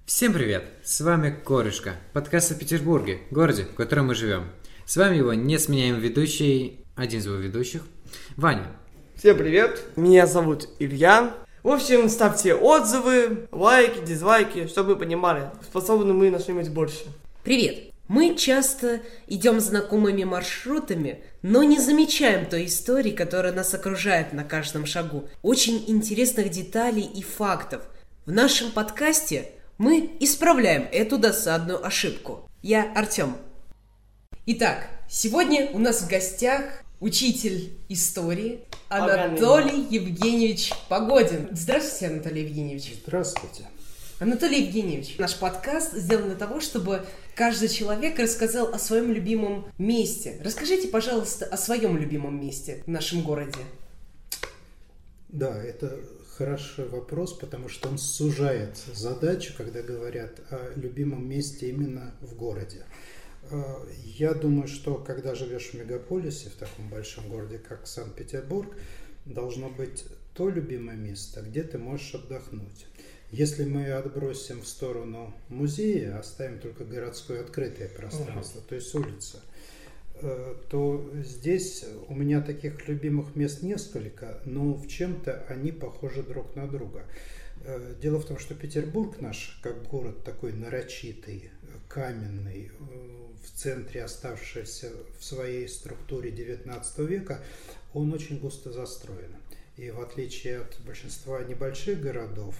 Всем привет! С вами Корешка, подкаст о Петербурге, городе, в котором мы живем. С вами его несменяемый ведущий, один из его ведущих, Ваня. Всем привет, меня зовут Илья. В общем, ставьте отзывы, лайки, дизлайки, чтобы вы понимали, способны мы на что-нибудь больше. Привет! Мы часто идем знакомыми маршрутами, но не замечаем той истории, которая нас окружает на каждом шагу. Очень интересных деталей и фактов. В нашем подкасте мы исправляем эту досадную ошибку. Я Артем. Итак, сегодня у нас в гостях учитель истории Анатолий Евгеньевич Погодин. Здравствуйте, Анатолий Евгеньевич. Здравствуйте. Анатолий Евгеньевич, наш подкаст сделан для того, чтобы каждый человек рассказал о своем любимом месте. Расскажите, пожалуйста, о своем любимом месте в нашем городе. Да, это хороший вопрос, потому что он сужает задачу, когда говорят о любимом месте именно в городе. Я думаю, что когда живешь в мегаполисе, в таком большом городе, как Санкт-Петербург, должно быть то любимое место, где ты можешь отдохнуть. Если мы отбросим в сторону музея, оставим только городское открытое пространство, то есть улица, то здесь у меня таких любимых мест несколько, но в чем-то они похожи друг на друга. Дело в том, что Петербург наш, как город такой нарочитый, каменный, в центре оставшийся в своей структуре XIX века, он очень густо застроен. И в отличие от большинства небольших городов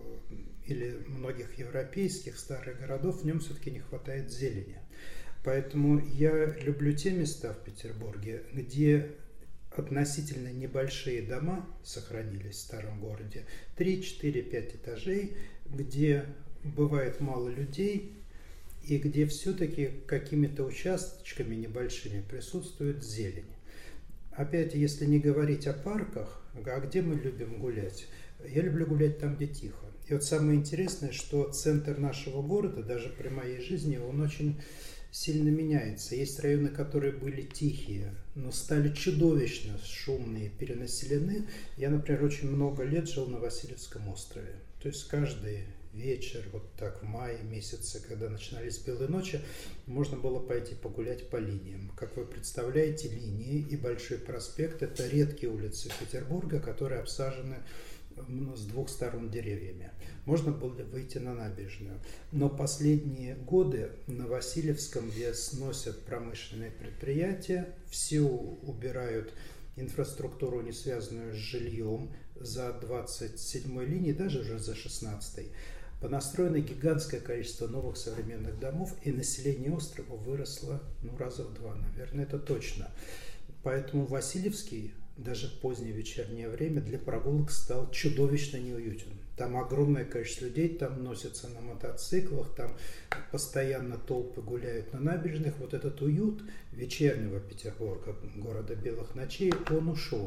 или многих европейских старых городов, в нем все-таки не хватает зелени. Поэтому я люблю те места в Петербурге, где относительно небольшие дома сохранились в старом городе, 3, 4, 5 этажей, где бывает мало людей и где все-таки какими-то участочками небольшими присутствует зелень. Опять, если не говорить о парках, а где мы любим гулять? Я люблю гулять там, где тихо. И вот самое интересное, что центр нашего города, даже при моей жизни, он очень сильно меняется. Есть районы, которые были тихие, но стали чудовищно шумные, перенаселены. Я, например, очень много лет жил на Васильевском острове. То есть каждый вечер, вот так в мае месяце, когда начинались белые ночи, можно было пойти погулять по линиям. Как вы представляете, линии и Большой проспект – это редкие улицы Петербурга, которые обсажены с двух сторон деревьями. Можно было выйти на набережную. Но последние годы на Васильевском, где сносят промышленные предприятия, все убирают инфраструктуру, не связанную с жильем, за 27-й линией, даже уже за 16-й. Понастроено гигантское количество новых современных домов, и население острова выросло раза в 2, наверное, это точно. Поэтому Васильевский даже в позднее вечернее время для прогулок стал чудовищно неуютен. Там огромное количество людей, там носятся на мотоциклах, там постоянно толпы гуляют на набережных. Вот этот уют вечернего Петербурга, города белых ночей, он ушел.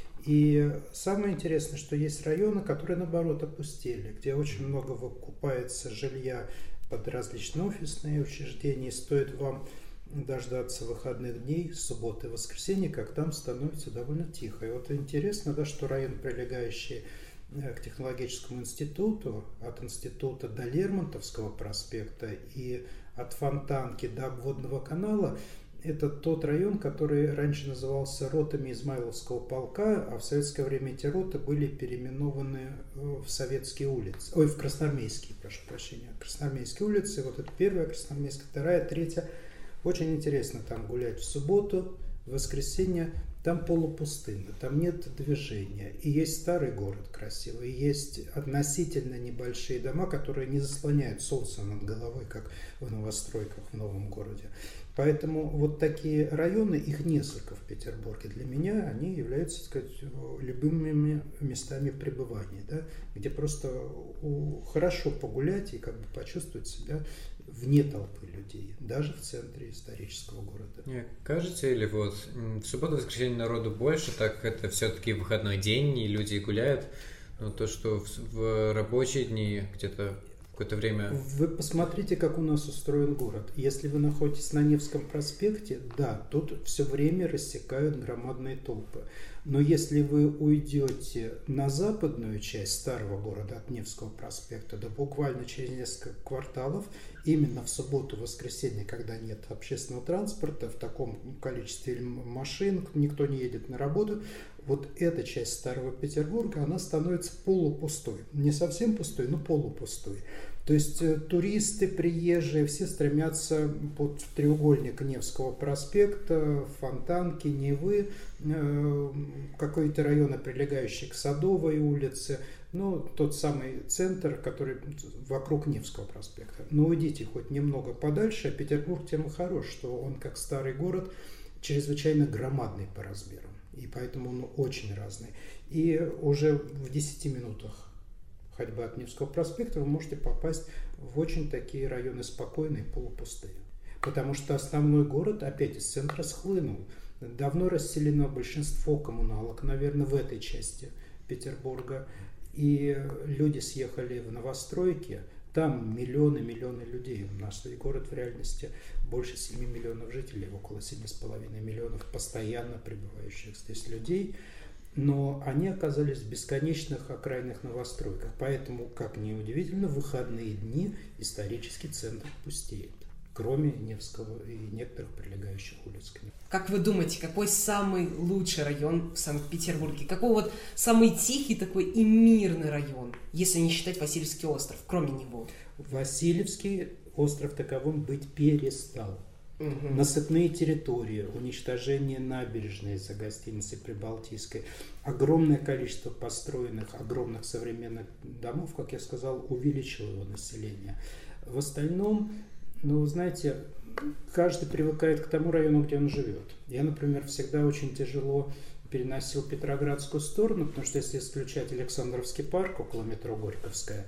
И самое интересное, что есть районы, которые, наоборот, опустели, где очень много выкупается жилья под различные офисные учреждения. Стоит вам дождаться выходных дней, субботы и воскресенья, как там становится довольно тихо. И вот интересно, да, что район, прилегающий к технологическому институту, от института до Лермонтовского проспекта и от Фонтанки до обводного канала, это тот район, который раньше назывался ротами Измайловского полка, а в советское время эти роты были переименованы в советские улицы, в красноармейские, прошу прощения, красноармейские улицы. Вот это первая красноармейская, вторая, третья. Очень интересно там гулять в субботу, в воскресенье. Там полупустынно, там нет движения. И есть старый город красивый, и есть относительно небольшие дома, которые не заслоняют солнце над головой, как в новостройках в новом городе. Поэтому вот такие районы, их несколько в Петербурге. Для меня они являются, так сказать, любимыми местами пребывания, да, где просто хорошо погулять и как бы почувствовать себя вне толпы людей, даже в центре исторического города. Не кажется, или вот в субботу, воскресенье народу больше, так это все-таки выходной день, и люди гуляют, но то, что в рабочие дни где-то какое-то время... Вы посмотрите, как у нас устроен город. Если вы находитесь на Невском проспекте, да, тут все время рассекают громадные толпы. Но если вы уйдете на западную часть старого города от Невского проспекта, да буквально через несколько кварталов, именно в субботу, воскресенье, когда нет общественного транспорта, в таком количестве машин, никто не едет на работу, вот эта часть Старого Петербурга, она становится полупустой. Не совсем пустой, но полупустой. То есть туристы, приезжие, все стремятся под треугольник Невского проспекта, Фонтанки, Невы, какие-то районы, прилегающие к Садовой улице, ну, тот самый центр, который вокруг Невского проспекта. Но уйдите хоть немного подальше, а Петербург тем и хорош, что он, как старый город, чрезвычайно громадный по размерам. И поэтому он очень разный. И уже в 10 минутах ходьбы от Невского проспекта вы можете попасть в очень такие районы спокойные, полупустые. Потому что основной город опять из центра схлынул. Давно расселено большинство коммуналок, наверное, в этой части Петербурга. И люди съехали в новостройки. Там миллионы людей. Наш город в реальности больше 7 миллионов жителей, около 7,5 миллионов постоянно пребывающих здесь людей. Но они оказались в бесконечных окраинных новостройках. Поэтому, как ни удивительно, в выходные дни исторический центр пустеет. Кроме Невского и некоторых прилегающих улиц к нему. Как вы думаете, какой самый лучший район в Санкт-Петербурге? Какой вот самый тихий такой и мирный район, если не считать Васильевский остров, кроме него? Васильевский остров таковым быть перестал. Угу. Насыпные территории, уничтожение набережной за гостиницей Прибалтийской, огромное количество построенных, огромных современных домов, как я сказал, увеличило его население. В остальном, ну, знаете, каждый привыкает к тому району, где он живет. Я, например, всегда очень тяжело переносил Петроградскую сторону, потому что если исключать Александровский парк около метро Горьковская,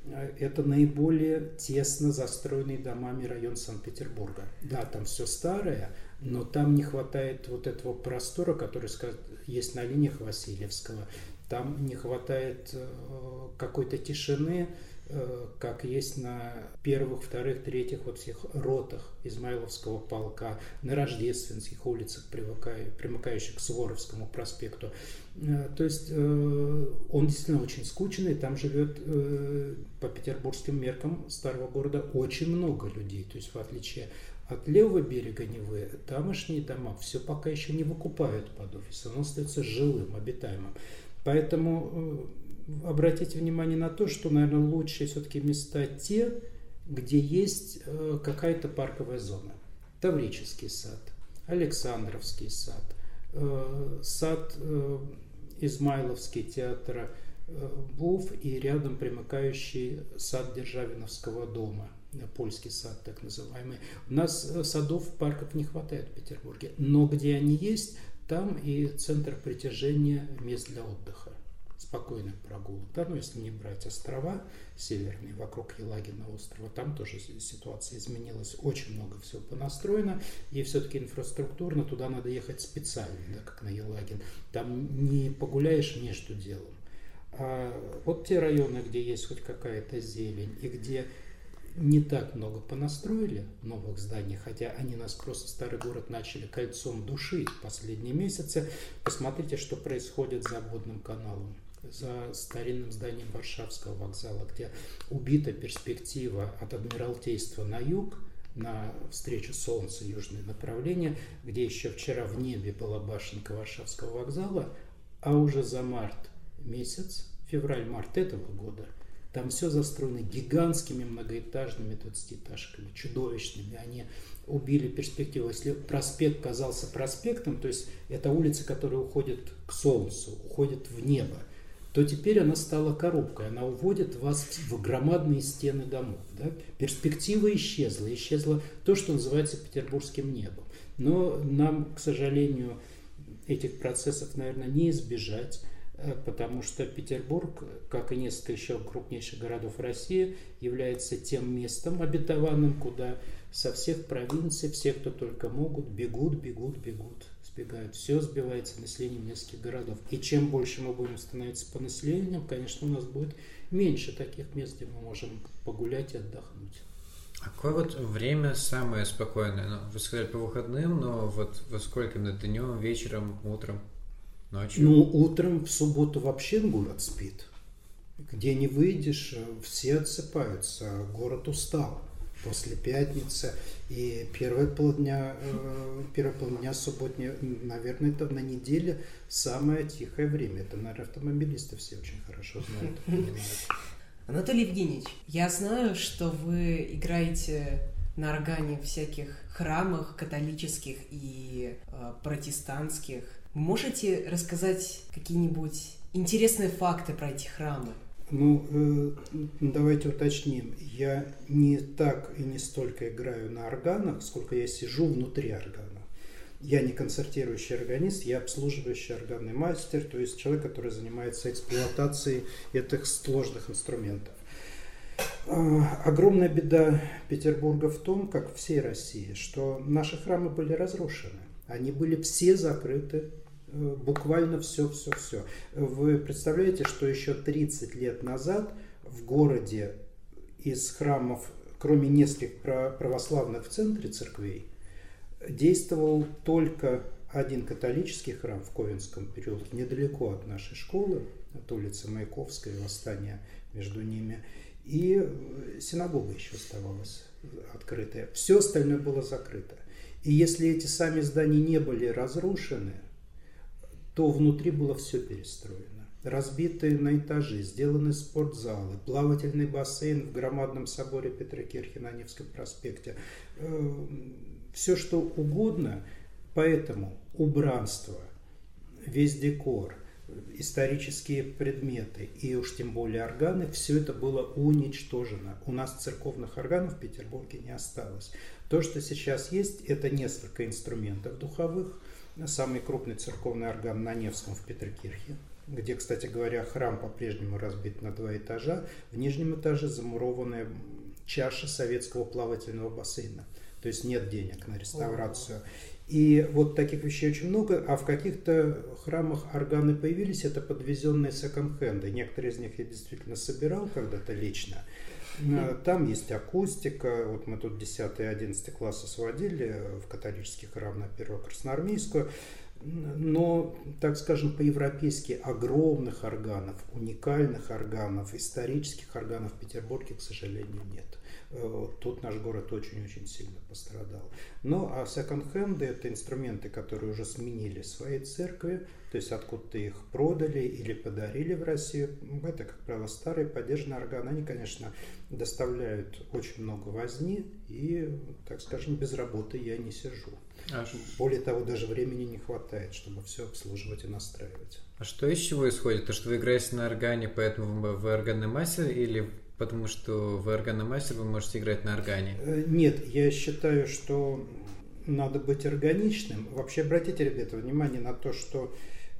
это наиболее тесно застроенный домами район Санкт-Петербурга. Да, там все старое, но там не хватает вот этого простора, который есть на линиях Васильевского. Там не хватает какой-то тишины, как есть на первых, вторых, третьих вот всех ротах Измайловского полка, на Рождественских улицах, примыкающих к Суворовскому проспекту. То есть он действительно очень скучный, там живет по петербургским меркам старого города очень много людей. То есть в отличие от левого берега Невы, тамошние дома все пока еще не выкупают под офис, оно остается жилым, обитаемым. Поэтому обратите внимание на то, что, наверное, лучшие все-таки места те, где есть какая-то парковая зона. Таврический сад, Александровский сад, сад Измайловский театра БУФ и рядом примыкающий сад Державиновского дома, польский сад так называемый. У нас садов, парков не хватает в Петербурге, но где они есть, там и центр притяжения мест для отдыха, спокойных прогулок. Да, ну, если не брать острова северные, вокруг Елагина острова, там тоже ситуация изменилась. Очень много всего понастроено, и все-таки инфраструктурно туда надо ехать специально, да, как на Елагин. Там не погуляешь между делом. А вот те районы, где есть хоть какая-то зелень, и где не так много понастроили новых зданий, хотя они нас просто, старый город, начали кольцом душить в последние месяцы. Посмотрите, что происходит за Обводным каналом, за старинным зданием Варшавского вокзала, где убита перспектива от Адмиралтейства на юг, на встречу Солнца, южное направление, где еще вчера в небе была башенка Варшавского вокзала, а уже за март месяц, февраль-март этого года, там все застроено гигантскими многоэтажными 20-этажками, чудовищными. Они убили перспективу. Если проспект казался проспектом, то есть это улица, которая уходит к солнцу, уходит в небо, то теперь она стала коробкой. Она уводит вас в громадные стены домов. Да? Перспектива исчезла. Исчезло то, что называется петербургским небом. Но нам, к сожалению, этих процессов, наверное, не избежать. Потому что Петербург, как и несколько еще крупнейших городов России, является тем местом обетованным, куда со всех провинций, все, кто только могут, бегут, сбегают. Все сбивается населением нескольких городов. И чем больше мы будем становиться по населению, конечно, у нас будет меньше таких мест, где мы можем погулять и отдохнуть. А какое вот время самое спокойное? Ну, вы сказали по выходным, но вот во сколько именно днем, вечером, утром, ночью? Ну, утром в субботу вообще город спит. Где не выйдешь, все отсыпаются, город устал после пятницы. И первые полдня субботня, наверное, это на неделе самое тихое время. Это, наверное, автомобилисты все очень хорошо знают и понимают. Анатолий Евгеньевич, я знаю, что вы играете на органе в всяких храмах католических и протестантских. Можете рассказать какие-нибудь интересные факты про эти храмы? Ну, давайте уточним. Я не так и не столько играю на органах, сколько я сижу внутри органа. Я не концертирующий органист, я обслуживающий органный мастер, то есть человек, который занимается эксплуатацией этих сложных инструментов. Огромная беда Петербурга в том, как всей России, что наши храмы были разрушены. Они были все закрыты, буквально все. Вы представляете, что еще 30 лет назад в городе из храмов, кроме нескольких православных в центре церквей, действовал только один католический храм в Ковенском переулке, недалеко от нашей школы, от улицы Маяковской, восстания между ними, и синагога еще оставалась открытая. Все остальное было закрыто. И если эти сами здания не были разрушены, то внутри было все перестроено. Разбитые на этажи, сделаны спортзалы, плавательный бассейн в громадном соборе Петрокирхи на Невском проспекте. Все что угодно, поэтому убранство, весь декор, исторические предметы и уж тем более органы, все это было уничтожено. У нас церковных органов в Петербурге не осталось. То, что сейчас есть, это несколько инструментов духовых. Самый крупный церковный орган на Невском в Петрокирхе, где, кстати говоря, храм по-прежнему разбит на 2 этажа. В нижнем этаже замурованная чаша советского плавательного бассейна. То есть нет денег на реставрацию. И вот таких вещей очень много, а в каких-то храмах органы появились, это подвезенные секонд-хенды. Некоторые из них я действительно собирал когда-то лично. Там есть акустика, вот мы тут 10 и 11 классы сводили в католический храм на Первую Красноармейскую. Но, так скажем, по-европейски огромных органов, уникальных органов, исторических органов в Петербурге, к сожалению, нет. Тут наш город очень-очень сильно пострадал. Ну, а секонд-хенды – это инструменты, которые уже сменили свои церкви, то есть откуда-то их продали или подарили в Россию. Это, как правило, старые подержанные органы. Они, конечно, доставляют очень много возни, и, так скажем, без работы я не сижу. Более того, даже времени не хватает, чтобы все обслуживать и настраивать. А что из чего исходит? То, что вы играете на органе, поэтому вы органный мастер, или потому что вы органный мастер, вы можете играть на органе? Нет, я считаю, что надо быть органичным. Вообще, обратите, ребята, внимание на то, что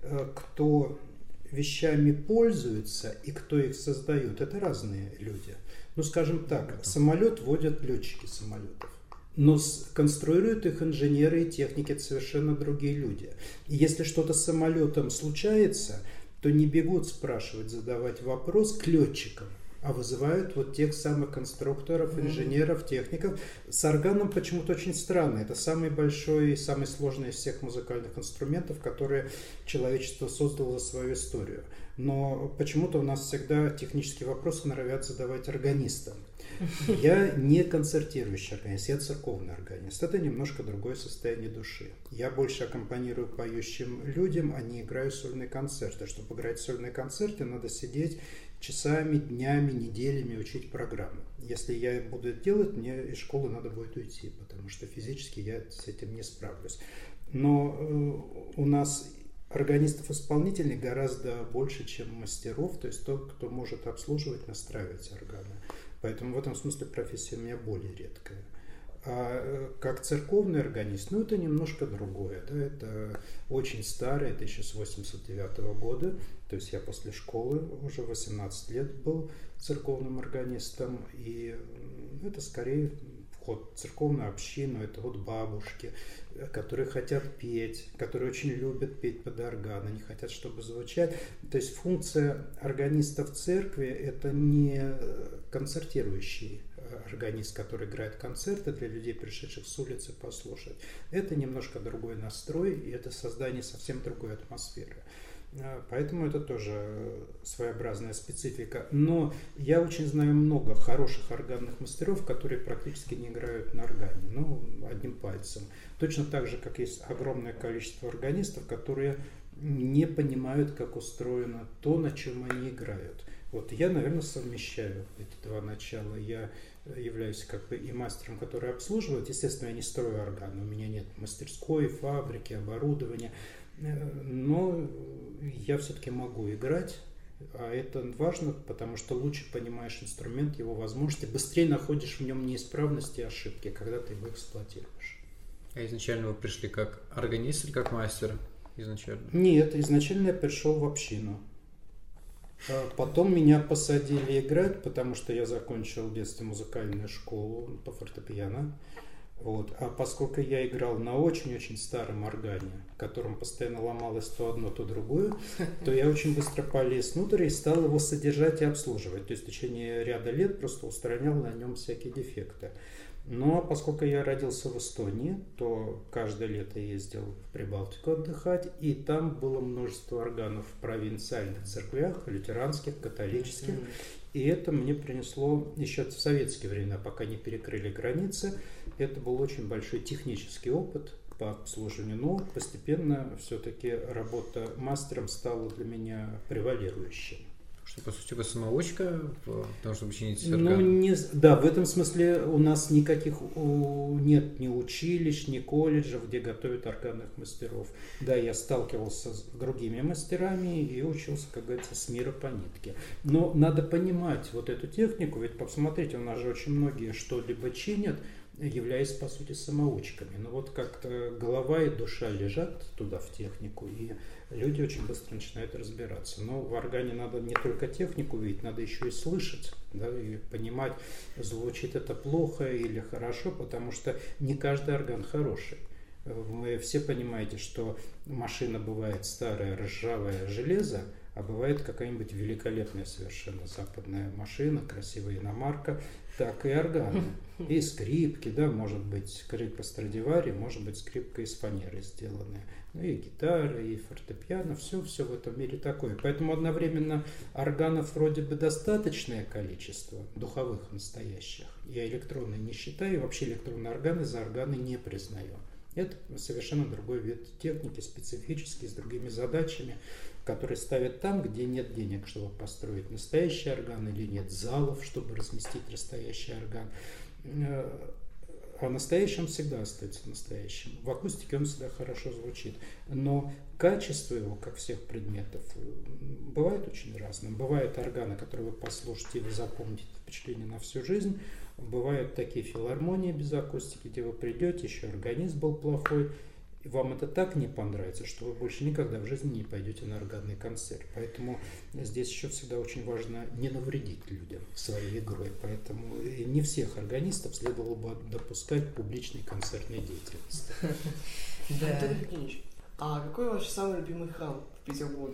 кто вещами пользуется и кто их создает, это разные люди. Ну, скажем так, самолет водят летчики самолетов. Но конструируют их инженеры и техники, это совершенно другие люди. И если что-то с самолетом случается, то не бегут спрашивать, задавать вопрос к летчикам, а вызывают вот тех самых конструкторов, инженеров, техников. С органом почему-то очень странно. Это самый большой и самый сложный из всех музыкальных инструментов, которые человечество создало за свою историю. Но почему-то у нас всегда технические вопросы норовят задавать органистам. Я не концертирующий органист, я церковный органист. Это немножко другое состояние души. Я больше аккомпанирую поющим людям, а не играю сольные концерты. Чтобы играть сольные концерты, надо сидеть часами, днями, неделями учить программу. Если я буду это делать, мне из школы надо будет уйти, потому что физически я с этим не справлюсь. Но у нас органистов-исполнителей гораздо больше, чем мастеров, то есть тот, кто может обслуживать, настраивать органы. Поэтому в этом смысле профессия у меня более редкая. А как церковный органист, это немножко другое. Да? Это очень старое, это еще с 89 года. То есть я после школы уже 18 лет был церковным органистом. И это скорее вход в церковную общину, это вот бабушки, которые хотят петь, которые очень любят петь под орган, они хотят, чтобы звучать. То есть функция органиста в церкви – это не концертирующий органист, который играет концерты для людей, пришедших с улицы послушать. Это немножко другой настрой, и это создание совсем другой атмосферы. Поэтому это тоже своеобразная специфика. Но я очень знаю много хороших органных мастеров, которые практически не играют на органе, ну, одним пальцем. Точно так же, как есть огромное количество органистов, которые не понимают, как устроено то, на чем они играют. Вот я, наверное, совмещаю эти два начала. Я являюсь как бы и мастером, который обслуживает. Естественно, я не строю орган, у меня нет мастерской, фабрики, оборудования. Но я все-таки могу играть, а это важно, потому что лучше понимаешь инструмент, его возможности, быстрее находишь в нем неисправности и ошибки, когда ты его эксплуатируешь. А изначально вы пришли как органист или как мастер? Изначально? Нет, изначально я пришел в общину. Потом меня посадили играть, потому что я закончил в детстве музыкальную школу по фортепиано. Вот. А поскольку я играл на очень-очень старом органе, в котором постоянно ломалось то одно, то другое, то я очень быстро полез внутрь и стал его содержать и обслуживать. То есть в течение ряда лет просто устранял на нем всякие дефекты. Но поскольку я родился в Эстонии, то каждое лето ездил в Прибалтику отдыхать, и там было множество органов в провинциальных церквях, лютеранских, католических. И это мне принесло еще в советские времена, пока не перекрыли границы. Это был очень большой технический опыт по обслуживанию, но постепенно все-таки работа мастером стала для меня превалирующей. Что, по сути, вы самоучка, потому что починить орган? Ну, да, в этом смысле у нас никаких нет ни училищ, ни колледжев, где готовят органных мастеров. Да, я сталкивался с другими мастерами и учился, как говорится, с мира по нитке. Но надо понимать вот эту технику, ведь посмотрите, у нас же очень многие что-либо чинят, являясь, по сути, самоучками. Но вот как-то голова и душа лежат туда, в технику, и люди очень быстро начинают разбираться. Но в органе надо не только технику видеть, надо еще и слышать, да, и понимать, звучит это плохо или хорошо, потому что не каждый орган хороший. Вы все понимаете, что машина бывает старая, ржавое железо, а бывает какая-нибудь великолепная совершенно западная машина, красивая иномарка, так и органы. И скрипки, да, может быть скрипка Страдивари, может быть скрипка из фанеры сделанная. Ну и гитара, и фортепиано, все в этом мире такое. Поэтому одновременно органов вроде бы достаточное количество, духовых настоящих. Я электронные не считаю, и вообще электронные органы за органы не признаю. Это совершенно другой вид техники, специфический, с другими задачами, которые ставят там, где нет денег, чтобы построить настоящий орган, или нет залов, чтобы разместить настоящий орган. А настоящий он всегда остается настоящим. В акустике он всегда хорошо звучит. Но качество его, как всех предметов, бывает очень разным. Бывают органы, которые вы послушаете и вы запомните впечатление на всю жизнь. Бывают такие филармонии без акустики, где вы придете, еще органист был плохой, и вам это так не понравится, что вы больше никогда в жизни не пойдете на органный концерт. Поэтому здесь еще всегда очень важно не навредить людям своей игрой. Поэтому не всех органистов следовало бы допускать к публичной концертной деятельности. Антон Евгеньевич, а какой ваш самый любимый храм в Петербурге?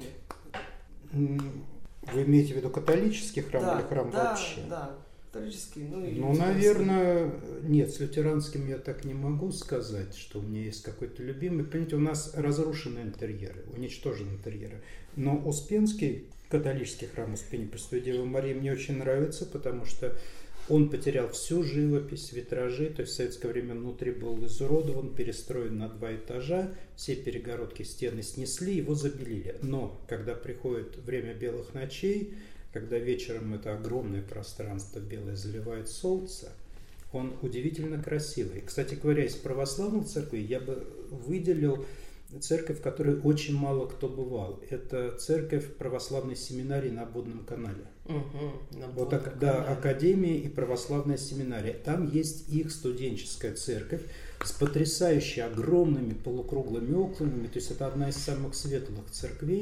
Вы имеете в виду католический храм или храм вообще? Да. Ну, наверное, нет, с лютеранским я так не могу сказать, что у меня есть какой-то любимый. Понимаете, у нас разрушены интерьеры, уничтожены интерьеры. Но Успенский, католический храм Успения Пресвятой Девы Марии, мне очень нравится, потому что он потерял всю живопись, витражи, то есть в советское время внутри был изуродован, перестроен на 2 этажа, все перегородки, стены снесли, его забелили. Но когда приходит время белых ночей, когда вечером это огромное пространство белое заливает солнце, он удивительно красивый. Кстати говоря, из православных церквей я бы выделил церковь, в которой очень мало кто бывал. Это церковь православной семинарии на Обводном канале. Вот академия и православная семинария. Там есть их студенческая церковь с потрясающе огромными полукруглыми окнами. То есть это одна из самых светлых церквей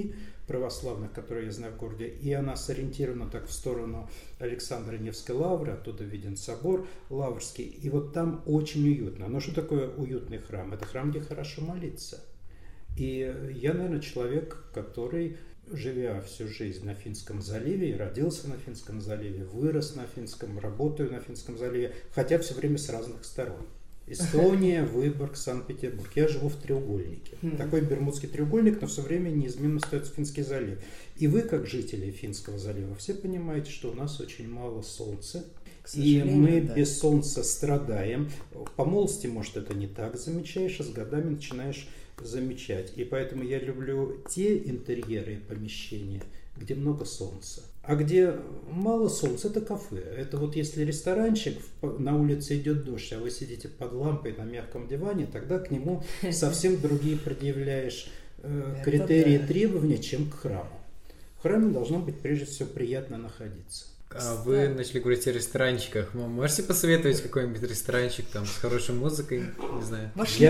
православных, которые я знаю в городе, и она сориентирована так в сторону Александра Невской лавры, оттуда виден собор Лаврский, и вот там очень уютно. Но что такое уютный храм? Это храм, где хорошо молиться. И я, наверное, человек, который, живя всю жизнь на Финском заливе, родился на Финском заливе, вырос на Финском, работаю на Финском заливе, хотя все время с разных сторон. Эстония, Выборг, Санкт-Петербург. Я живу в треугольнике. Такой Бермудский треугольник, но все время неизменно остается Финский залив. И вы, как жители Финского залива, все понимаете, что у нас очень мало солнца. И мы без солнца страдаем. По молодости, может, это не так замечаешь, а с годами начинаешь замечать. И поэтому я люблю те интерьеры и помещения, где много солнца. А где мало солнца, это кафе. Это вот если ресторанчик, на улице идет дождь, а вы сидите под лампой на мягком диване, тогда к нему совсем другие предъявляешь критерии, требования, чем к храму. В храме должно быть прежде всего приятно находиться. А вы начали говорить о ресторанчиках. Можете посоветовать какой-нибудь ресторанчик там с хорошей музыкой? Не знаю.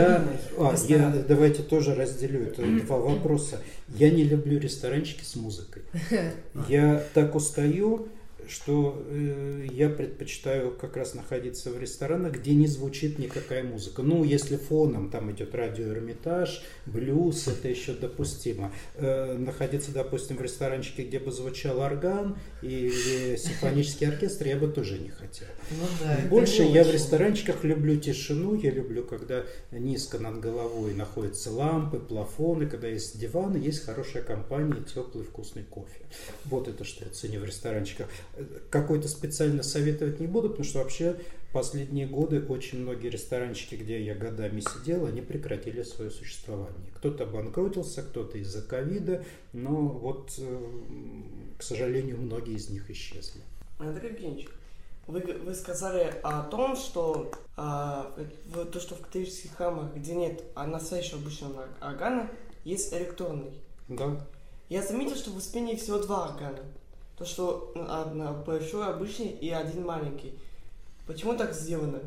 Я давайте тоже разделю это два вопроса. Я не люблю ресторанчики с музыкой. Я так устаю, что я предпочитаю как раз находиться в ресторанах, где не звучит никакая музыка. Ну, если фоном там идет радио Эрмитаж, блюз, это еще допустимо. Находиться, допустим, в ресторанчике, где бы звучал орган или симфонический оркестр, я бы тоже не хотел. Ну, да, больше я в ресторанчиках люблю тишину, я люблю, когда низко над головой находятся лампы, плафоны, когда есть диваны, есть хорошая компания, теплый вкусный кофе. Вот это что я ценю в ресторанчиках. Какой-то специально советовать не буду, потому что вообще последние годы очень многие ресторанчики, где я годами сидел, они прекратили свое существование. Кто-то обанкротился, кто-то из-за ковида, но вот, к сожалению, многие из них исчезли. Андрей Евгеньевич, вы сказали о том, что то, что в католических храмах, где нет настоящего обычного органа, есть электронный. Да. Я заметил, что в Успении всего 2 органа. То, что большой, обычный и один маленький. Почему так сделано?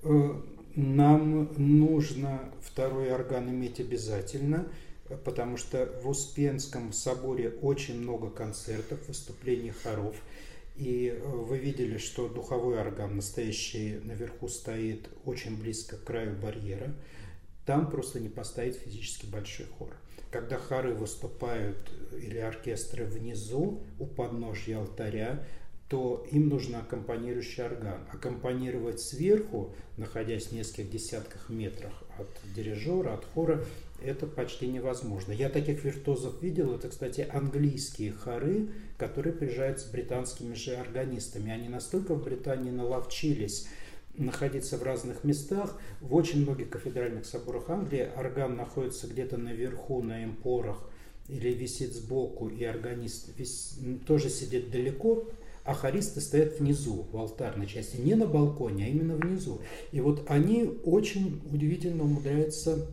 Нам нужно второй орган иметь обязательно, потому что в Успенском соборе очень много концертов, выступлений хоров. И вы видели, что духовой орган настоящий наверху стоит очень близко к краю барьера. Там просто не поставить физически большой хор. Когда хоры выступают или оркестры внизу, у подножья алтаря, то им нужен аккомпанирующий орган. Аккомпанировать сверху, находясь в нескольких десятках метрах от дирижера, от хора, это почти невозможно. Я таких виртуозов видел. Это, кстати, английские хоры, которые приезжают с британскими же органистами. Они настолько в Британии наловчились находиться в разных местах. В очень многих кафедральных соборах Англии орган находится где-то наверху на эмпорах или висит сбоку, и органист тоже сидит далеко, а хористы стоят внизу, в алтарной части, не на балконе, а именно внизу. И вот они очень удивительно умудряются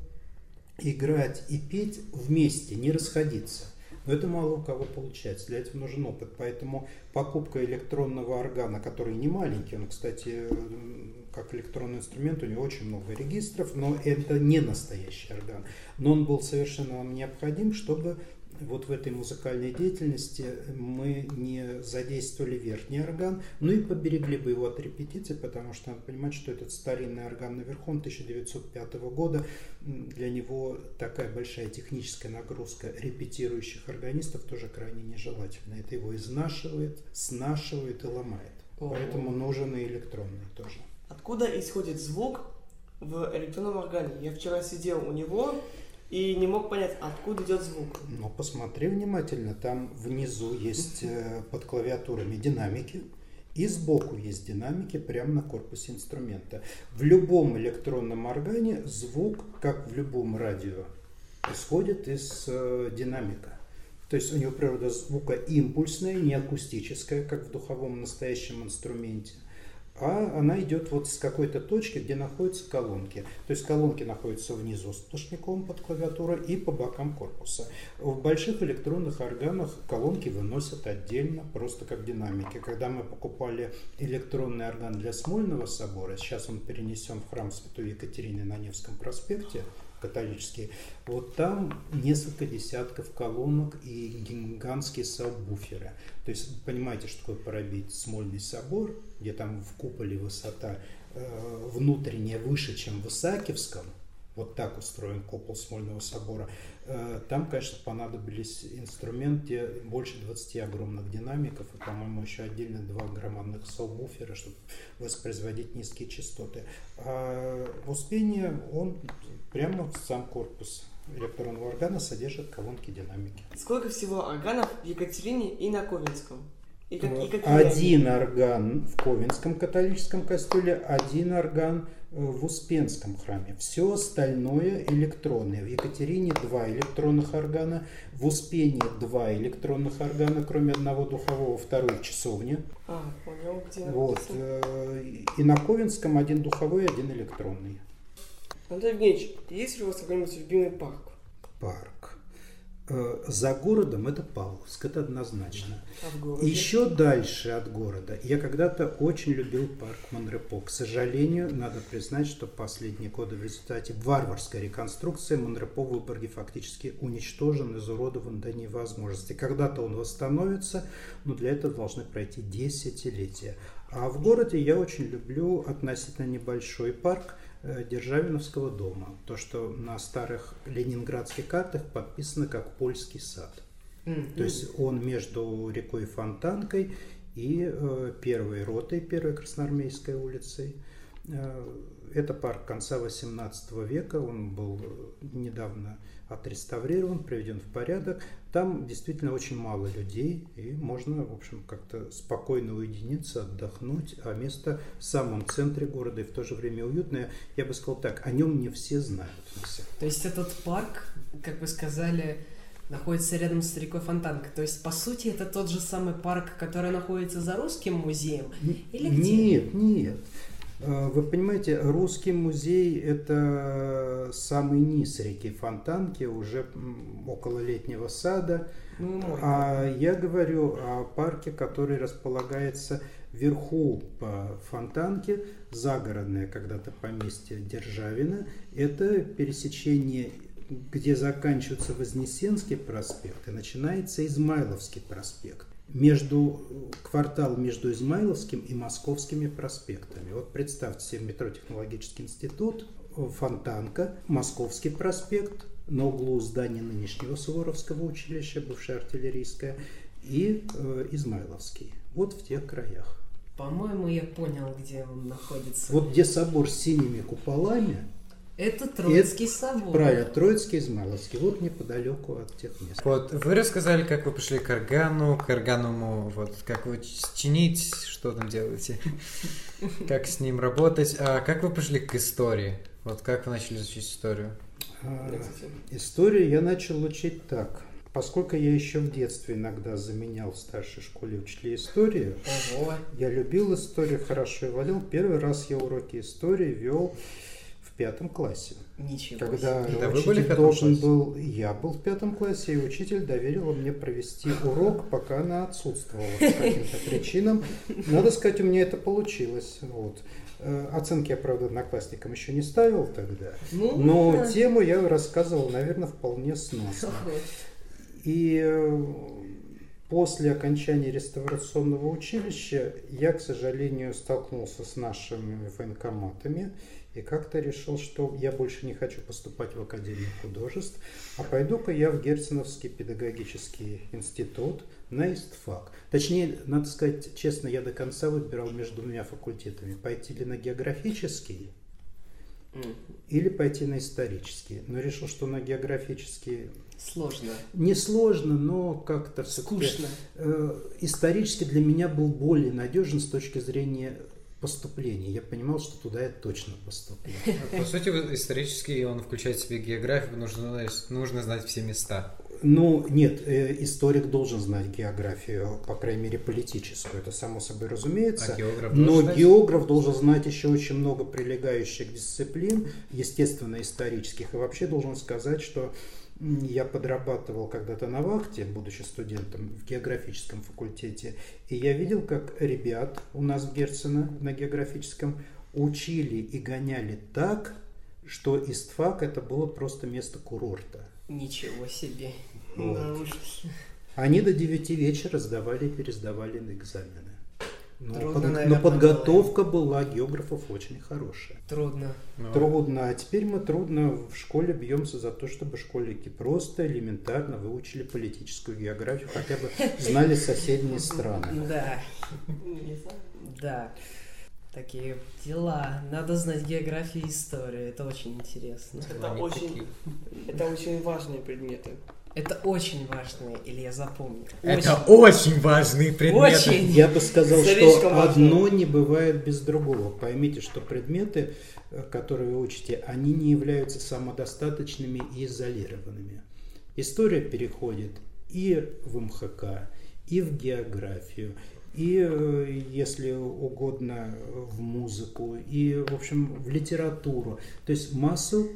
играть и петь вместе, не расходиться. Но это мало у кого получается, для этого нужен опыт. Поэтому покупка электронного органа, который не маленький, он, кстати, как электронный инструмент, у него очень много регистров, но это не настоящий орган. Но он был совершенно вам необходим, чтобы вот в этой музыкальной деятельности мы не задействовали верхний орган, ну и поберегли бы его от репетиций, потому что надо понимать, что этот старинный орган наверху, 1905 года, для него такая большая техническая нагрузка репетирующих органистов тоже крайне нежелательна. Это его изнашивает, снашивает и ломает. Поэтому нужен и электронный тоже. Откуда исходит звук в электронном органе? Я вчера сидел у него и не мог понять, откуда идет звук. Но посмотри внимательно, там внизу есть под клавиатурами динамики, и сбоку есть динамики прямо на корпусе инструмента. В любом электронном органе звук, как в любом радио, исходит из динамика. То есть у него природа звука импульсная, не акустическая, как в духовом настоящем инструменте. А она идет вот с какой-то точки, где находятся колонки. То есть колонки находятся внизу сплошняком под клавиатурой и по бокам корпуса. В больших электронных органах колонки выносят отдельно, просто как динамики. Когда мы покупали электронный орган для Смольного собора, сейчас он перенесен в храм Святой Екатерины на Невском проспекте, католические, вот там несколько десятков колонок и гигантские сабвуферы. То есть вы понимаете, что такое пробить Смольный собор, где там в куполе высота внутренняя выше, чем в Исаакиевском. Вот так устроен купол Смольного собора. Там, конечно, понадобились инструменты больше 20 огромных динамиков и, по-моему, еще отдельно 2 громадных сабвуфера, чтобы воспроизводить низкие частоты. А в Успении он прямо в сам корпус электронного органа содержит колонки динамики. Сколько всего органов в Екатерине и на Ковенском? Один орган в Ковенском католическом костеле, один орган в Успенском храме. Все остальное электронное. В Екатерине 2 электронных органа, в Успении 2 электронных органа, кроме одного духового, второй в часовне. Понял, где вот. И на Ковенском 1 духовой, 1 электронный. Андрей Евгеньевич, есть ли у вас какой-нибудь любимый парк? Парк. За городом это Павловск, это однозначно. А в городе? Еще дальше от города. Я когда-то очень любил парк Монрепо. К сожалению, надо признать, что последние годы в результате варварской реконструкции Монрепо в Выборге фактически уничтожен, изуродован до невозможности. Когда-то он восстановится, но для этого должны пройти десятилетия. А в городе я очень люблю относительно небольшой парк Державиновского дома. То, что на старых ленинградских картах подписано как Польский сад. То есть он между рекой Фонтанкой и первой ротой, первой Красноармейской улицей. Это парк конца XVIII века, он был недавно отреставрирован, приведен в порядок. Там действительно очень мало людей, и можно, в общем, как-то спокойно уединиться, отдохнуть, а место в самом центре города и в то же время уютное. Я бы сказал так, о нем не все знают. То есть этот парк, как вы сказали, находится рядом с рекой Фонтанка. То есть, по сути, это тот же самый парк, который находится за Русским музеем? Или где? Нет. Вы понимаете, Русский музей – это самый низ реки Фонтанки, уже около Летнего сада. А я говорю о парке, который располагается вверху по Фонтанке, загородное когда-то поместье Державина. Это пересечение, где заканчивается Вознесенский проспект и начинается Измайловский проспект. Квартал между Измайловским и Московскими проспектами. Вот представьте себе метро Технологический институт, Фонтанка, Московский проспект, на углу здания нынешнего Суворовского училища, бывшее артиллерийское, и Измайловский. Вот в тех краях. По-моему, я понял, где он находится. Вот где собор с синими куполами. Это Троицкий собор. Правильно, Троицкий, Измайловский. Вот неподалеку от тех мест. Вот, вы рассказали, как вы пришли к органному, вот, как вы чинить, что там делаете, как с ним работать. А как вы пришли к истории? Вот как вы начали изучать историю? Историю я начал учить так. Поскольку я еще в детстве иногда заменял в старшей школе учителей истории, я любил историю, хорошо и валил. Первый раз я уроки истории вел в 5 классе. Ничего. Когда вы учитель были в 5 должен классе? был, я был в 5 классе, и учитель доверила мне провести урок, пока она отсутствовала по каким-то причинам. Надо сказать, у меня это получилось. Вот. Оценки я, правда, одноклассникам еще не ставил тогда, но тему я рассказывал, наверное, вполне сносно. И после окончания реставрационного училища я, к сожалению, столкнулся с нашими военкоматами и как-то решил, что я больше не хочу поступать в Академию художеств, а пойду-ка я в Герценовский педагогический институт на истфак. Точнее, надо сказать честно, я до конца выбирал между 2 факультетами. Пойти ли на географический или пойти на исторический. Но решил, что на географический сложно. Не сложно, но как-то скучно. Исторически для меня был более надежен с точки зрения поступления. Я понимал, что туда я точно поступлю. По сути, исторически он включает в себя географию, нужно знать все места. Ну, нет, историк должен знать географию, по крайней мере, политическую, это само собой разумеется. Но географ должен знать еще очень много прилегающих дисциплин, естественно, исторических. И вообще должен сказать, что я подрабатывал когда-то на вахте, будучи студентом в географическом факультете, и я видел, как ребят у нас в Герцено на географическом учили и гоняли так что Истфак это было просто место курорта. Ничего себе. Вот. Да, ужас. Они до 9 вечера сдавали и пересдавали на экзамены. Трудно, Но наверное, подготовка была географов очень хорошая. Трудно. Ну, Трудно. А теперь мы трудно в школе бьемся за то, чтобы школьники просто элементарно выучили политическую географию, хотя бы знали соседние страны. Да, Не знаю. да. Такие дела. Надо знать географию и историю. Это очень интересно. Это очень важные предметы. Это очень важно, Илья, запомни. Это очень важные предметы. Очень. Я бы сказал, Слишком что важно. одно не бывает без другого. Поймите, что предметы, которые вы учите, они не являются самодостаточными и изолированными. История переходит и в МХК, и в географию, и, если угодно, в музыку, и, в общем, в литературу. То есть массу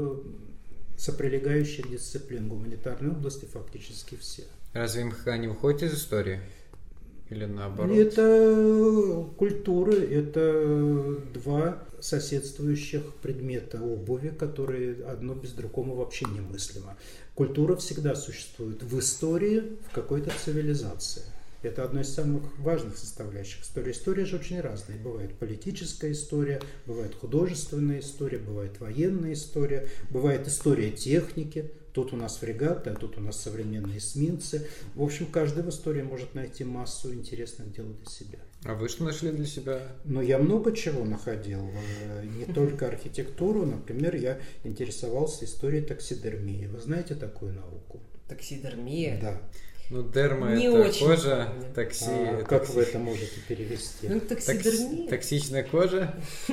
соприлегающих дисциплин гуманитарной области фактически все. Разве МХК не выходит из истории? Или наоборот? Это культуры, это два соседствующих предмета обуви, которые одно без другого вообще немыслимо. Культура всегда существует в истории, в какой-то цивилизации. Это одна из самых важных составляющих истории. История же очень разная. Бывает политическая история, бывает художественная история, бывает военная история, бывает история техники. Тут у нас фрегаты, а тут у нас современные эсминцы. В общем, каждый в истории может найти массу интересных дел для себя. А вы что нашли для себя? Но я много чего находил. Не только архитектуру. Например, я интересовался историей таксидермии. Вы знаете такую науку? Таксидермия? Да. Ну, дерма Не это очень кожа, помню. такси... Как вы это можете перевести? Ну, таксидермия. Токсичная кожа?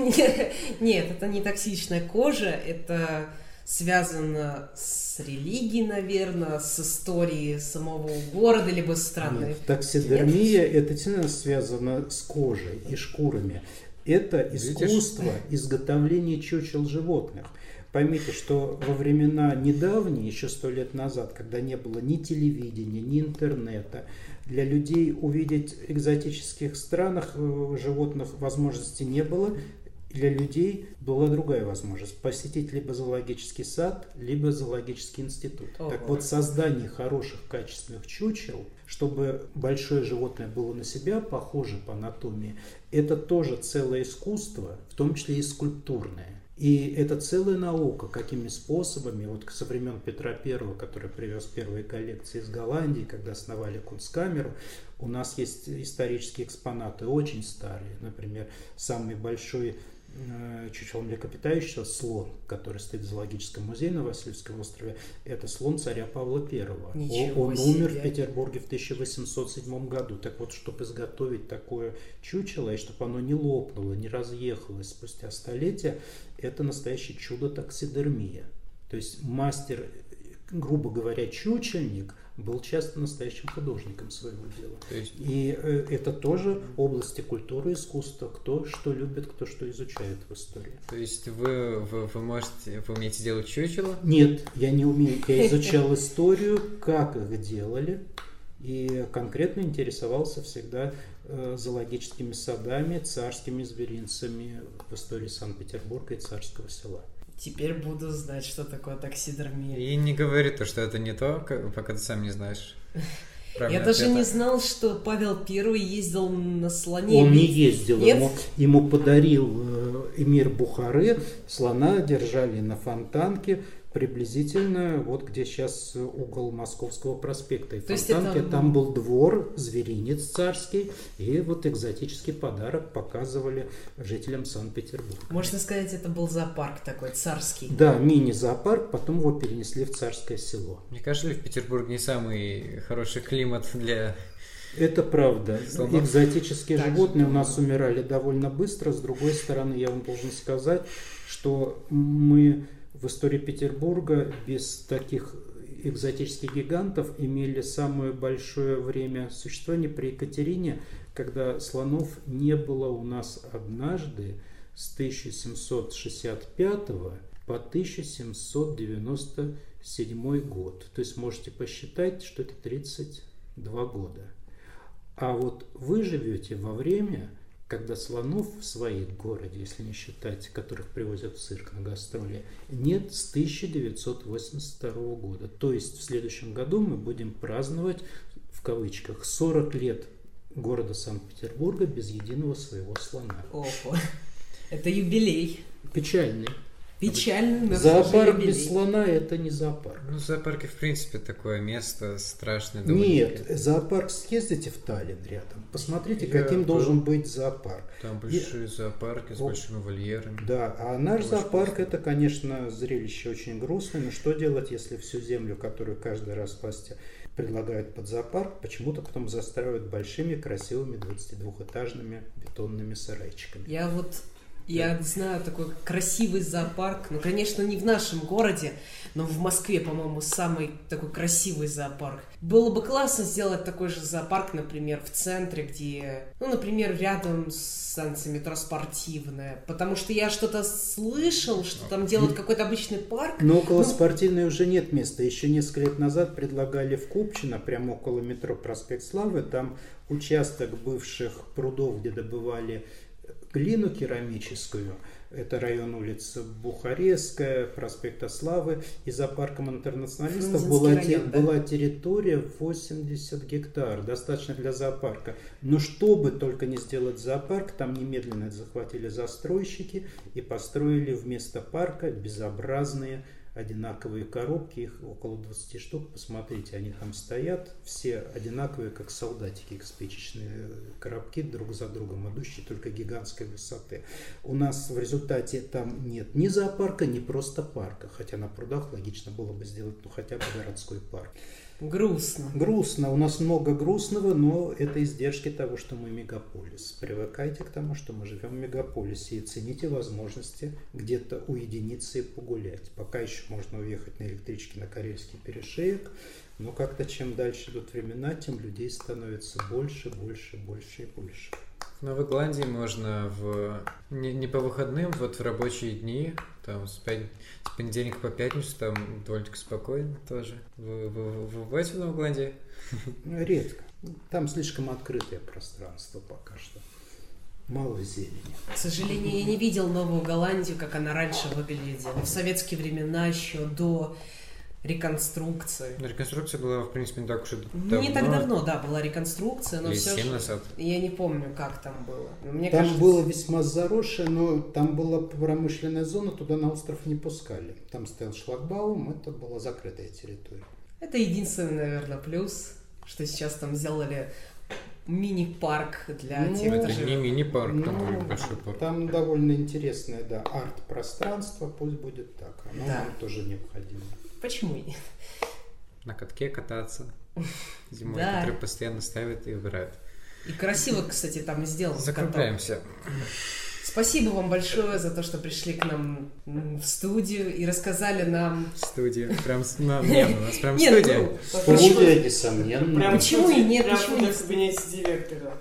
Нет, это не токсичная кожа, это связано с религией, наверное, с историей самого города, либо страны. Нет, таксидермия это действительно связано с кожей и шкурами. Это искусство изготовления чучел животных. Поймите, что во времена недавние, еще 100 лет назад, когда не было ни телевидения, ни интернета, для людей увидеть в экзотических странах животных возможности не было. Для людей была другая возможность – посетить либо зоологический сад, либо зоологический институт. Ого. Так вот, создание хороших, качественных чучел, чтобы большое животное было на себя похоже по анатомии, это тоже целое искусство, в том числе и скульптурное. И это целая наука, какими способами, вот со времен Петра I, который привез первые коллекции из Голландии, когда основали Кунсткамеру, у нас есть исторические экспонаты очень старые. Например, самый большой чучело млекопитающего слон, который стоит в зоологическом музее на Васильевском острове, это слон царя Павла I. Он умер в Петербурге в 1807 году. Так вот, чтобы изготовить такое чучело, и чтобы оно не лопнуло, не разъехалось спустя столетия, это настоящее чудо таксидермия. То есть мастер, грубо говоря, чучельник, был часто настоящим художником своего дела. И это тоже области культуры и искусства. Кто что любит, кто что изучает в истории. То есть вы умеете делать чучело? Нет, я не умею. Я изучал историю, как их делали. И конкретно интересовался всегда зоологическими садами, царскими зверинцами в истории Санкт-Петербурга и Царского Села. Теперь буду знать, что такое таксидермия. И не говори то, что это не то, пока ты сам не знаешь. Я даже не знал, что Павел I ездил на слоне. Он не ездил, Нет? ему подарил эмир Бухары, слона держали на Фонтанке, приблизительно вот где сейчас угол Московского проспекта. И в Фонтанке там был двор, зверинец царский, и вот экзотический подарок показывали жителям Санкт-Петербурга. Можно сказать, это был зоопарк такой царский. Да, мини-зоопарк, потом его перенесли в Царское Село. Мне кажется, в Петербурге не самый хороший климат для... Это правда. Слонов. Экзотические животные у нас умирали довольно быстро. С другой стороны, я вам должен сказать, что мы в истории Петербурга без таких экзотических гигантов имели самое большое время существования при Екатерине, когда слонов не было у нас однажды с 1765 по 1797 год. То есть можете посчитать, что это 32 года. А вот вы живете во время, когда слонов в своих городе, если не считать, которых привозят в цирк на гастроли, нет с 1982 года. То есть в следующем году мы будем праздновать, в кавычках, 40 лет города Санкт-Петербурга без единого своего слона. Ого, это юбилей. Печальный. Печальный, но Зоопарк юбилей. без слона – это не зоопарк. Ну, зоопарки, в принципе, такое место страшное. Нет, зоопарк, съездите в Таллин рядом, посмотрите, каким должен быть зоопарк. Там большие зоопарки с большими вольерами. Да, а наш зоопарк – это, конечно, зрелище очень грустное, но что делать, если всю землю, которую каждый раз власти предлагают под зоопарк, почему-то потом застраивают большими, красивыми 22-этажными бетонными сарайчиками. Я знаю такой красивый зоопарк, ну, конечно, не в нашем городе, но в Москве, по-моему, самый такой красивый зоопарк. Было бы классно сделать такой же зоопарк, например, в центре, где, ну, например, рядом с станцией метро Спортивная, потому что я что-то слышал, что там делают какой-то обычный парк. Но около Спортивной уже нет места. Еще несколько лет назад предлагали в Купчино, прямо около метро Проспект Славы, там участок бывших прудов, где добывали глину керамическую, это район улицы Бухарестская, проспекта Славы, и за парком интернационалистов была территория 80 гектар, достаточно для зоопарка. Но чтобы только не сделать зоопарк, там немедленно захватили застройщики и построили вместо парка безобразные одинаковые коробки, их около 20 штук, посмотрите, они там стоят, все одинаковые, как солдатики, как спичечные коробки, друг за другом идущие, только гигантской высоты. У нас в результате там нет ни зоопарка, ни просто парка, хотя на прудах логично было бы сделать, ну, хотя бы городской парк. Грустно. Грустно. У нас много грустного, но это издержки того, что мы мегаполис. Привыкайте к тому, что мы живем в мегаполисе, и цените возможности где-то уединиться и погулять. Пока еще можно уехать на электричке на Карельский перешеек, но как-то чем дальше идут времена, тем людей становится больше, больше, больше и больше. В Новой Голландии можно не по выходным, вот в рабочие дни, там с понедельника по пятницу, там довольно-таки спокойно тоже. Вы бываете в Новой Голландии? Редко. Там слишком открытое пространство пока что. Мало зелени. К сожалению, я не видел Новую Голландию, как она раньше выглядела. В советские времена, еще до реконструкции. Реконструкция была, в принципе, не так уж и давно. Не так давно, да, была реконструкция, но лет все 7 назад. Я не помню, как там было. Но мне там кажется... было весьма заросшее, но там была промышленная зона, туда на остров не пускали. Там стоял шлагбаум, это была закрытая территория. Это единственный, наверное, плюс, что сейчас там сделали мини-парк для тех, кто это живет. не мини-парк, там будет большой парк. Там довольно интересное, да, арт-пространство, пусть будет так. Оно Да. нам тоже необходимо. Почему нет? На катке кататься зимой, Да. который постоянно ставят и убирают. И красиво, кстати, там сделано. Закругляемся. Спасибо вам большое за то, что пришли к нам в студию и рассказали нам... Студия. Прям, у нас прям Нет, студия. ну, Студия, несомненно. Прям Почему и нет, прям почему в нет? кабинете директора.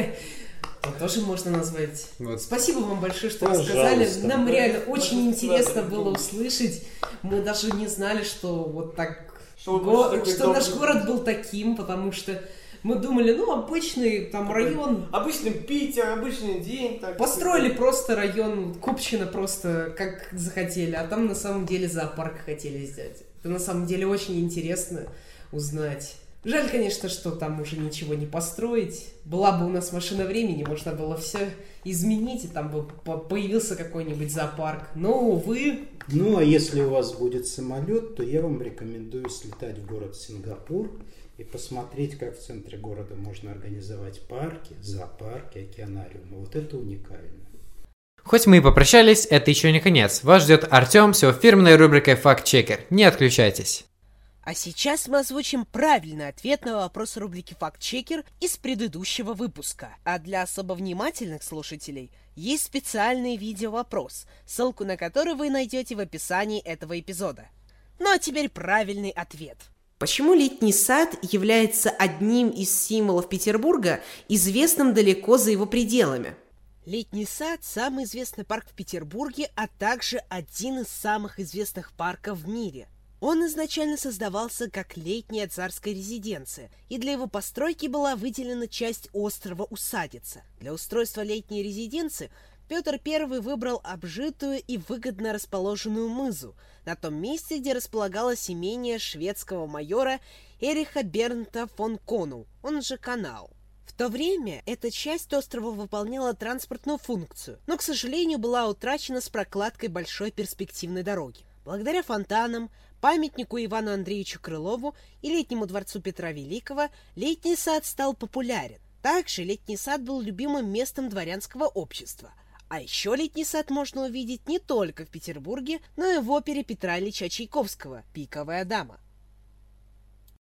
Это тоже можно назвать. Вот. Спасибо вам большое, что Пожалуйста. рассказали. Нам реально Можно очень сказать, интересно да. было услышать. Мы даже не знали, что вот так... Что что наш город был таким, потому что мы думали, ну, обычный там район... Обычный Питер, обычный день. Так Построили просто район Купчино просто как захотели, а там на самом деле зоопарк хотели сделать. Это на самом деле очень интересно узнать. Жаль, конечно, что там уже ничего не построить. Была бы у нас машина времени, можно было все изменить, и там бы появился какой-нибудь зоопарк. Но, увы... Ну, а если у вас будет самолет, то я вам рекомендую слетать в город Сингапур и посмотреть, как в центре города можно организовать парки, зоопарки, океанариумы. Вот это уникально. Хоть мы и попрощались, это еще не конец. Вас ждет Артем с его фирменной рубрикой «Факт-чекер». Не отключайтесь. А сейчас мы озвучим правильный ответ на вопрос рубрики «Факт-чекер» из предыдущего выпуска. А для особо внимательных слушателей есть специальный видео-вопрос, ссылку на который вы найдете в описании этого эпизода. Ну а теперь правильный ответ. Почему летний сад является одним из символов Петербурга, известным далеко за его пределами? Летний сад – самый известный парк в Петербурге, а также один из самых известных парков в мире. Он изначально создавался как летняя царская резиденция, и для его постройки была выделена часть острова Усадица. Для устройства летней резиденции Петр I выбрал обжитую и выгодно расположенную мызу, на том месте, где располагалось имение шведского майора Эриха Бернта фон Кону, он же Канал. В то время эта часть острова выполняла транспортную функцию, но, к сожалению, была утрачена с прокладкой большой перспективной дороги. Благодаря фонтанам, памятнику Ивану Андреевичу Крылову и летнему дворцу Петра Великого летний сад стал популярен. Также летний сад был любимым местом дворянского общества. А еще летний сад можно увидеть не только в Петербурге, но и в опере Петра Ильича Чайковского «Пиковая дама».